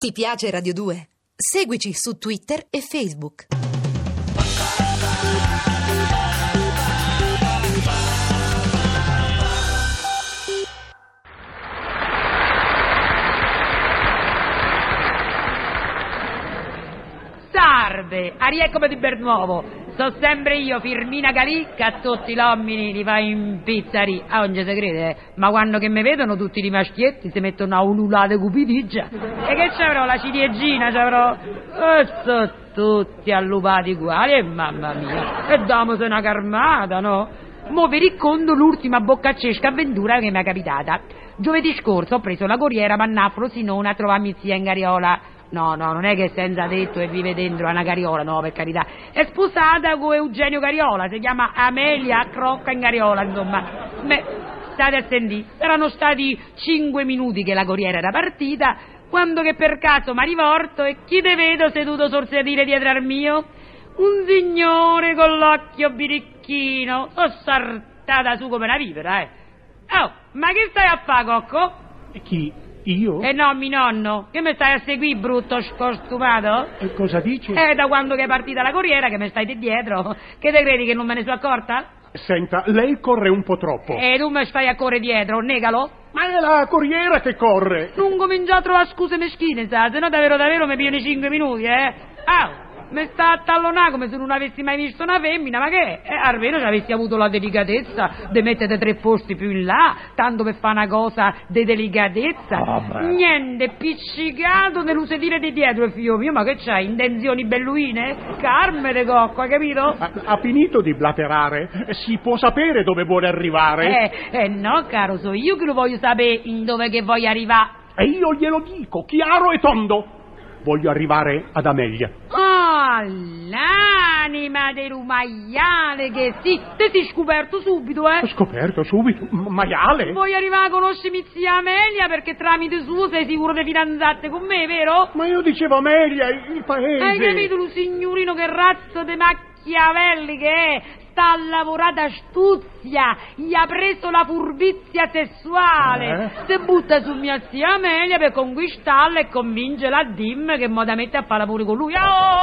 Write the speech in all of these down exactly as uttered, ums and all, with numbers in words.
Ti piace Radio due? Seguici su Twitter e Facebook. Salve, a rieccomi di Bernuovo. So sempre io, Firmina Galì, che a tutti gli uomini li fa in pizzari. Ah, non ci si crede, eh? Ma quando che mi vedono tutti i maschietti si mettono a ululare cupidigia. E che c'avrò, la ciliegina, c'avrò... E sono tutti allupati uguali, e mamma mia. E damose una carmata, no? Mo vi racconto l'ultima boccaccesca avventura che mi è capitata. Giovedì scorso ho preso la corriera Mannafro Sinona a trovarmi zia in Gariola. No, no, non è che senza tetto e vive dentro a una Cariola, no, per carità. È sposata con Eugenio Cariola, si chiama Amelia Crocca in Cariola, insomma. Beh, state a sentire, erano stati cinque minuti che la corriera era partita, quando che per caso mi ha rivolto e chi te vedo seduto sul sedile dietro al mio? Un signore con l'occhio birichino, so sartata su come una vipera, eh. Oh, ma che stai a fare, Cocco? E chi? Io? Eh no, mi nonno, che mi stai a seguire, brutto scostumato? E cosa dici? Eh, da quando che è partita la corriera che mi stai di dietro. Che te credi che non me ne sono accorta? Senta, lei corre un po' troppo. E tu mi stai a correre dietro, negalo? Ma è la corriera che corre. Non comincia a trovare scuse meschine, sa, se no davvero davvero mi pigliano cinque minuti, eh. Ah, mi sta a tallonare come se non avessi mai visto una femmina, ma che? Eh, almeno ci avessi avuto la delicatezza di mettere tre posti più in là, tanto per fare una cosa di delicatezza. Oh, niente, piccicato nello sedile di dietro, figlio mio, ma che c'hai, intenzioni belluine? Carmine, Cocco, hai capito? Ha, ha finito di blaterare? Si può sapere dove vuole arrivare? Eh, eh no, caro, so io che lo voglio sapere in dove che voglio arrivare. E io glielo dico, chiaro e tondo. Voglio arrivare ad Amelia. Oh, l'anima del maiale che sì, te sei scoperto subito, eh? Ho scoperto subito? M- maiale? Vuoi arrivare a conoscermi zia Amelia perché tramite suo sei sicuro di fidanzate con me, vero? Ma io dicevo Amelia, il paese. Hai capito, lo signorino che razzo di Machiavelli che è? Sta a lavorare astuzia, gli ha preso la furbizia sessuale, eh? si butta su mia zia Amelia per conquistarla e convincerla a dirmi che mo da mette a fare pure con lui.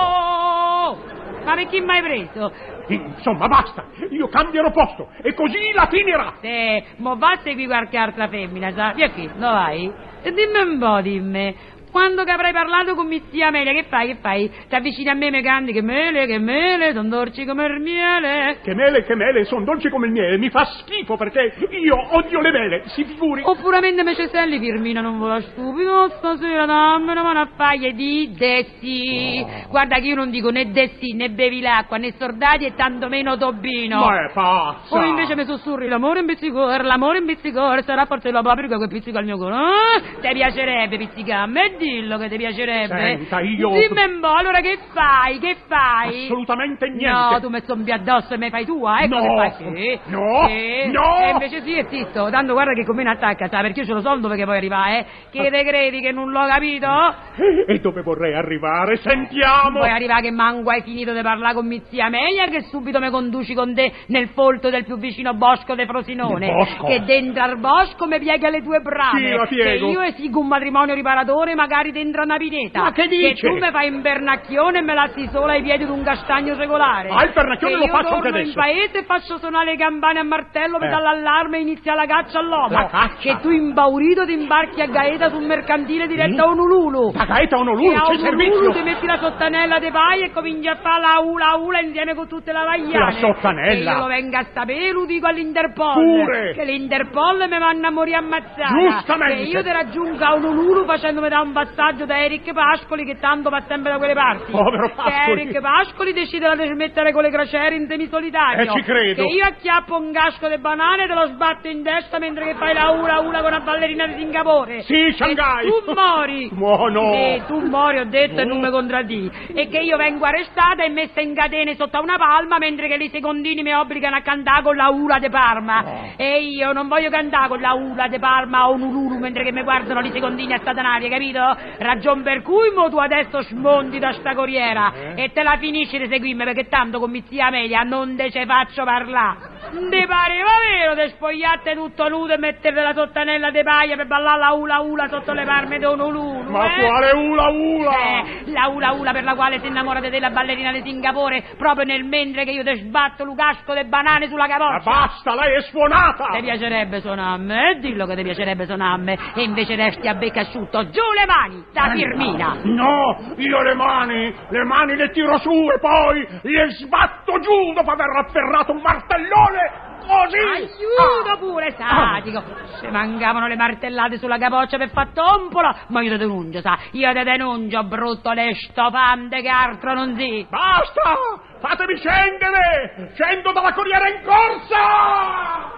Oh! Ma per chi mi hai preso? Insomma, basta, io cambierò posto e così la finirà. Sì, mo va a seguire qualche altra femmina, sa? Via qui, dove vai? E dimmi un po', dimmi. Quando che avrai parlato con mia zia Amelia, che fai, che fai? Ti avvicini a me e mi canti che mele, che mele, son dolci come il miele. Che mele, che mele, son dolci come il miele, mi fa schifo perché io odio le mele, si figuri. O puramente me ceselli, Firmina, non vola stupido, stasera dammene una faglia di dessi. Oh. Guarda che io non dico né dessi, né bevi l'acqua, né sordati e tanto meno Tobino. Ma è pazza. O invece mi sussurri l'amore in pizzicore, l'amore in pizzicore, sarà forse la paprika che pizzica il mio cuore. Eh? Ti piacerebbe pizzicarmi? Dillo che ti piacerebbe. Senta, io... Dimmi un po', allora che fai, che fai? Assolutamente niente. No, tu mi zombi addosso e mi fai tua, ecco no. che fai. Sì. No, sì. no. E invece sì, e zitto, tanto guarda che con me ne attacca, sa, perché io ce lo so dove che vuoi arrivare, eh. Che te credi che non l'ho capito? E dove vorrei arrivare? Sentiamo. Vuoi arrivare che manco hai finito di parlare con mia zia Amelia che subito mi conduci con te nel folto del più vicino bosco de Frosinone. Bosco? Che dentro al bosco mi piega le tue brame. Sì, la piego. Che io esigo un matrimonio riparatore magari dentro una pineta. Ma che dice? Che tu mi fai un pernacchione e me lassi sola ai piedi di un castagno secolare. Ah, il pernacchione che lo faccio anche adesso. in paese e faccio suonare le campane a martello per Eh. dare l'allarme e inizia la caccia all'uomo. La caccia? Che tu impaurito ti imbarchi a Gaeta sul mercantile diretto a Honolulu. A Gaeta a Honolulu, E a c'è Honolulu servizio. ti metti la sottanella di paia e cominci a fare la ula ula insieme con tutte le vagliane. La sottanella? E io lo venga a sapere, lo dico all'Interpol. Pure. Che l'Interpol mi vanno a morire ammazzata. Giustamente. Che io ti raggiungo a Honolulu facendomi da un passaggio da Eric Pascoli che tanto va sempre da quelle parti. Povero Che Pascoli. Eric Pascoli decide di smettere con le crociere in semisolitario. Eh, ci credo. Che io acchiappo un casco di banane e te lo sbatto in testa mentre che fai la ula ula con una ballerina di Singapore. Sì, Shanghai. E tu mori. Buono. Sì, tu mori, ho detto, No. e non mi contraddi. E che io vengo arrestata e messa in catene sotto una palma mentre che i secondini mi obbligano a cantare con la ula de Parma. No. E io non voglio cantare con la ula de Parma a Honolulu mentre che mi guardano i secondini a Satanaria, capito? Ragion per cui mo tu adesso smonti da sta corriera Eh? e te la finisci di seguirmi perché tanto con mia zia Amelia non te ce faccio parlare. Ti pareva vero di spogliate tutto nudo e mettere la sottanella di paglia per ballare la ula ula sotto le palme di un ulunu? Ma eh? quale ula ula? Eh, la ula ula per la quale si innamora di te la ballerina di Singapore proprio nel mentre che io te sbatto lucasco de banane sulla capoccia. Ma basta, lei è suonata! Ti piacerebbe suonarmi, eh? Dillo che ti piacerebbe suonarmi e invece resti a becco asciutto. Giù le mani, da Firmina! No, io le mani, le mani le tiro su e poi le sbatto giù dopo aver afferrato un martellone così! Aiuto Ah. pure, sadico! Se mancavano le martellate sulla capoccia per far tompola, ma io te denuncio, sa? Io te denuncio, brutto lestopante che altro non si! Basta! Fatemi scendere! Scendo dalla corriera in corsa!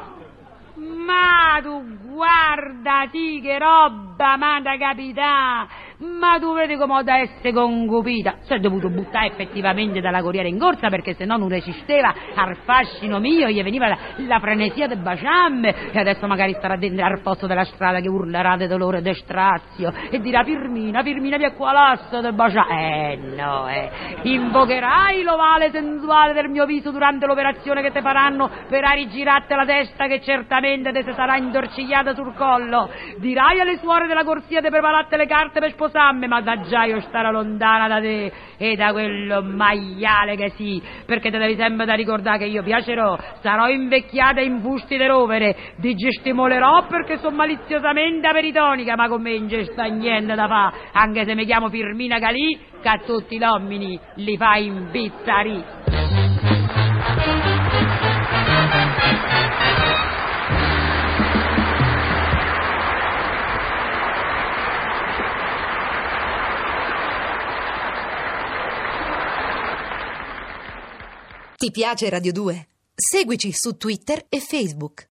Ma tu guarda, sì, che roba, ma da capità! Ma tu vedi come ho da essere concupita. Si è dovuto buttare effettivamente dalla corriera in corsa perché se no non resisteva al fascino mio, gli veniva la, la frenesia di baciarmi e adesso magari starà dentro al posto della strada che urlerà di dolore e di strazio e dirà Firmina, Firmina via qua l'asso del baciare. Eh no, eh. Invocherai l'ovale sensuale del mio viso durante l'operazione che te faranno per rigirarti la testa che certamente te si sarà indorcigliata sul collo. Dirai alle suore della corsia di prepararti le carte per sposare ma da già io starò lontana da te e da quello maiale che sì, perché te devi sempre da ricordare che io piacerò, sarò invecchiata in fusti de rovere, ti gestimolerò perché sono maliziosamente aperitonica, ma con me non c'è sta niente da fa, anche se mi chiamo Firmina Galì, che a tutti gli uomini li fa impizzarì. Ti piace Radio due? Seguici su Twitter e Facebook.